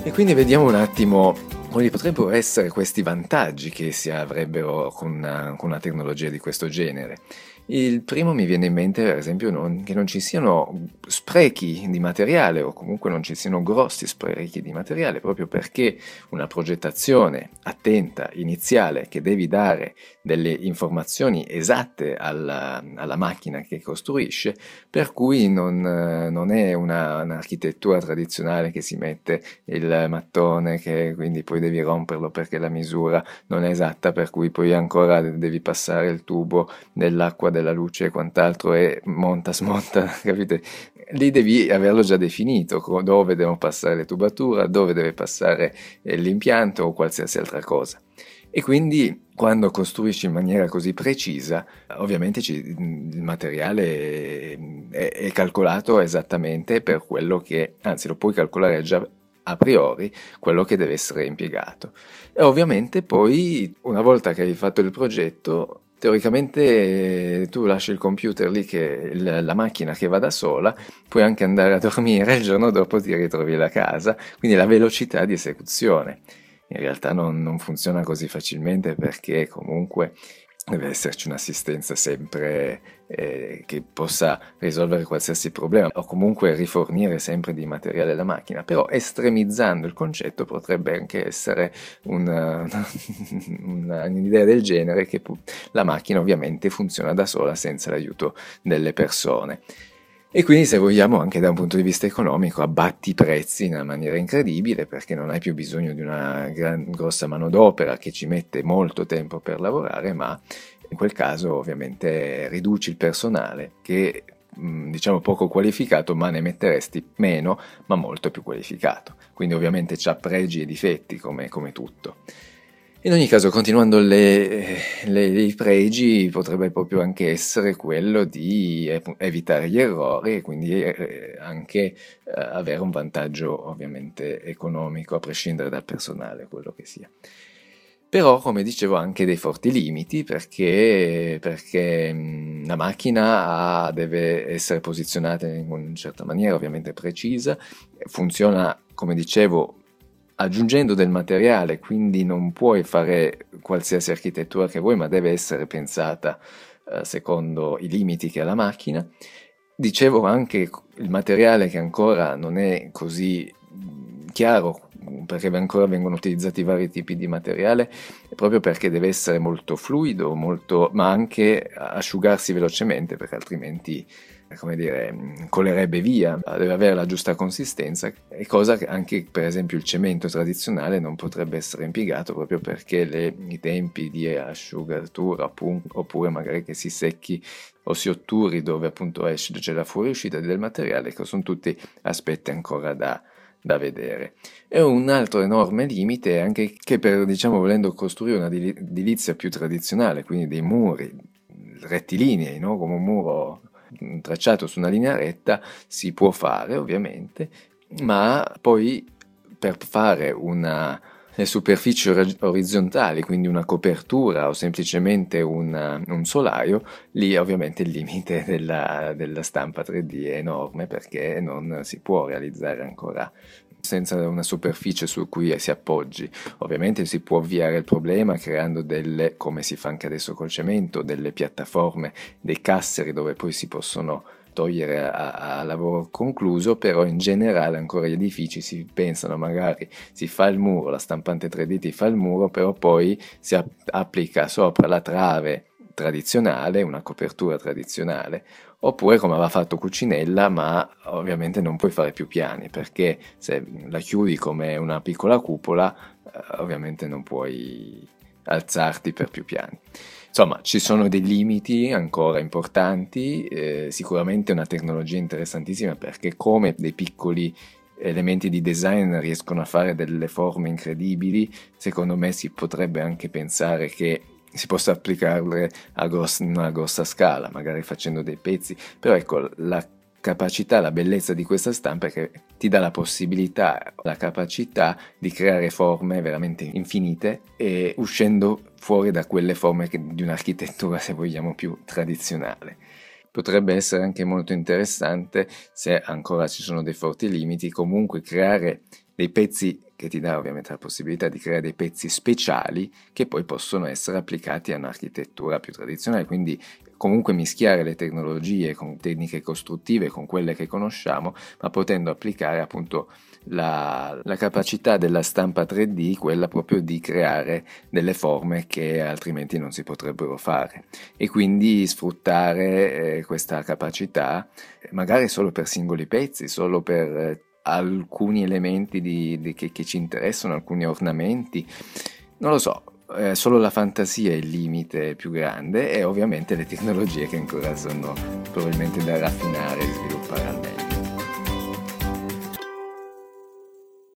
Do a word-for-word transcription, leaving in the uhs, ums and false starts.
E quindi vediamo un attimo quali potrebbero essere questi vantaggi che si avrebbero con una, con una tecnologia di questo genere. Il primo mi viene in mente, per esempio, non- che non ci siano sprechi di materiale o comunque non ci siano grossi sprechi di materiale, proprio perché una progettazione attenta, iniziale, che devi dare delle informazioni esatte alla, alla macchina che costruisce, per cui non, eh, non è una- un'architettura tradizionale che si mette il mattone, che quindi poi devi romperlo perché la misura non è esatta, per cui poi ancora devi passare il tubo dell'acqua, della luce e quant'altro e monta, smonta, capite? Lì devi averlo già definito, co- dove devono passare le tubature, dove deve passare eh, l'impianto o qualsiasi altra cosa. E quindi quando costruisci in maniera così precisa, ovviamente ci- il materiale è, è calcolato esattamente per quello che, anzi lo puoi calcolare già a priori, quello che deve essere impiegato. E ovviamente poi, una volta che hai fatto il progetto, teoricamente eh, tu lasci il computer lì, che il- la macchina che va da sola, puoi anche andare a dormire, il giorno dopo ti ritrovi la casa, quindi la velocità di esecuzione. In realtà non, non funziona così facilmente perché comunque deve esserci un'assistenza sempre eh, che possa risolvere qualsiasi problema o comunque rifornire sempre di materiale la macchina, però estremizzando il concetto potrebbe anche essere una- una- un'idea del genere che pu- la macchina ovviamente funziona da sola senza l'aiuto delle persone. E quindi se vogliamo anche da un punto di vista economico abbatti i prezzi in una maniera incredibile perché non hai più bisogno di una gran, grossa manodopera che ci mette molto tempo per lavorare, ma in quel caso ovviamente riduci il personale che mh, diciamo poco qualificato, ma ne metteresti meno, ma molto più qualificato. Quindi ovviamente c'ha pregi e difetti come, come tutto. In ogni caso, continuando le, le- i pregi, potrebbe proprio anche essere quello di eh, evitare gli errori e quindi eh, anche eh, avere un vantaggio ovviamente economico, a prescindere dal personale, quello che sia. Però, come dicevo, ha anche dei forti limiti perché, perché mh, la macchina ha- deve essere posizionata in una certa maniera, ovviamente precisa, funziona, come dicevo, aggiungendo del materiale, quindi non puoi fare qualsiasi architettura che vuoi, ma deve essere pensata eh, secondo i limiti che ha la macchina. Dicevo anche il materiale che ancora non è così mh, chiaro, perché ancora vengono utilizzati vari tipi di materiale, proprio perché deve essere molto fluido, molto, ma anche asciugarsi velocemente, perché altrimenti come dire, colerebbe via, deve avere la giusta consistenza, e cosa che anche per esempio il cemento tradizionale non potrebbe essere impiegato proprio perché le, i tempi di asciugatura oppure magari che si secchi o si otturi dove appunto esce, c'è la fuoriuscita del materiale, che sono tutti aspetti ancora da, da vedere. E un altro enorme limite è anche che per, diciamo, volendo costruire una edilizia più tradizionale, quindi dei muri rettilinei, no? Come un muro tracciato su una linea retta, si può fare ovviamente, ma poi per fare una, le superfici orizzontali, quindi una copertura o semplicemente una, un solaio, lì ovviamente il limite della, della stampa tre D è enorme perché non si può realizzare ancora senza una superficie su cui si appoggi. Ovviamente si può ovviare il problema creando delle, come si fa anche adesso col cemento, delle piattaforme, dei casseri dove poi si possono togliere a, a lavoro concluso, però in generale ancora gli edifici si pensano, magari si fa il muro, la stampante tre D ti fa il muro, però poi si applica sopra la trave tradizionale, una copertura tradizionale, oppure come aveva fatto Cucinella, ma ovviamente non puoi fare più piani, perché se la chiudi come una piccola cupola, eh, ovviamente non puoi alzarti per più piani. Insomma, ci sono dei limiti ancora importanti, eh, sicuramente una tecnologia interessantissima perché come dei piccoli elementi di design riescono a fare delle forme incredibili, secondo me si potrebbe anche pensare che si possa applicarle a grossa, in una grossa scala, magari facendo dei pezzi, però ecco, la capacità, la bellezza di questa stampa è che ti dà la possibilità, la capacità di creare forme veramente infinite e uscendo fuori da quelle forme che, di un'architettura, se vogliamo, più tradizionale. Potrebbe essere anche molto interessante, se ancora ci sono dei forti limiti, comunque creare dei pezzi che ti dà ovviamente la possibilità di creare dei pezzi speciali che poi possono essere applicati a un'architettura più tradizionale, quindi comunque mischiare le tecnologie con tecniche costruttive con quelle che conosciamo, ma potendo applicare appunto la, la capacità della stampa tre D, quella proprio di creare delle forme che altrimenti non si potrebbero fare, e quindi sfruttare eh, questa capacità magari solo per singoli pezzi, solo per eh, alcuni elementi di, di- che, che ci interessano, alcuni ornamenti, non lo so. Eh, solo la fantasia è il limite più grande, e ovviamente le tecnologie che ancora sono probabilmente da raffinare e sviluppare al meglio.